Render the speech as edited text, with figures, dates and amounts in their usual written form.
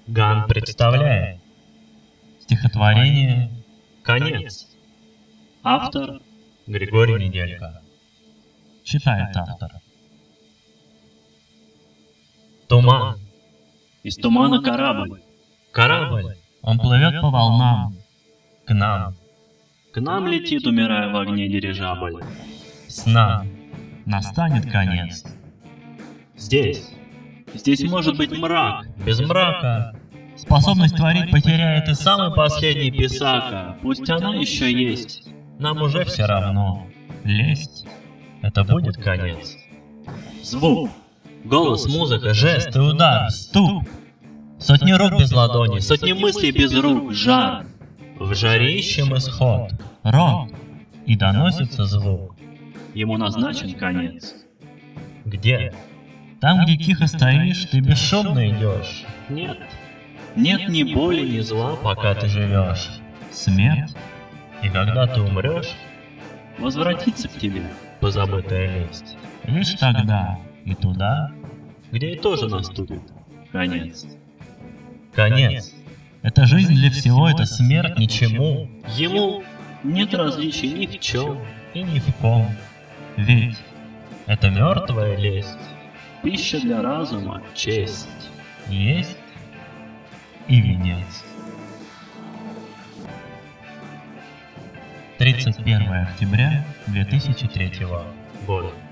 Ган представляет стихотворение «Конец». Автор Григорий Неделько. Читает автор. Туман. Из тумана корабль. Корабль. Он плывет по волнам. К нам. К нам летит, умирая в огне, дирижабль. С нам. Настанет конец. Здесь может быть мрак. Без мрака способность творить потеряет и самый последний Писака, пусть она еще есть. Нам уже все равно. Лесть — это будет конец. Звук. Голос, музыка, жест и удар, стук. Сотни рук без ладони, Сотни мыслей без рук, жар. В жаре ищем исход. Рот. И доносится звук. Ему назначен конец. Где? Там, где тихо стоишь, ты бесшумно идешь. Нет. Нет ни боли, ни зла, пока ты живешь. Смерть. И когда ты умрешь, Возвратиться к тебе. позабытая лесть. Лишь тогда и туда, Где и тоже наступит конец. конец. Это жизнь для всего, это смерть ничему. Ему нет различий ни в чем. И ни в ком. Ведь это мертвая лесть. Пища для разума, честь. Есть и венец. 31 октября 2003 года.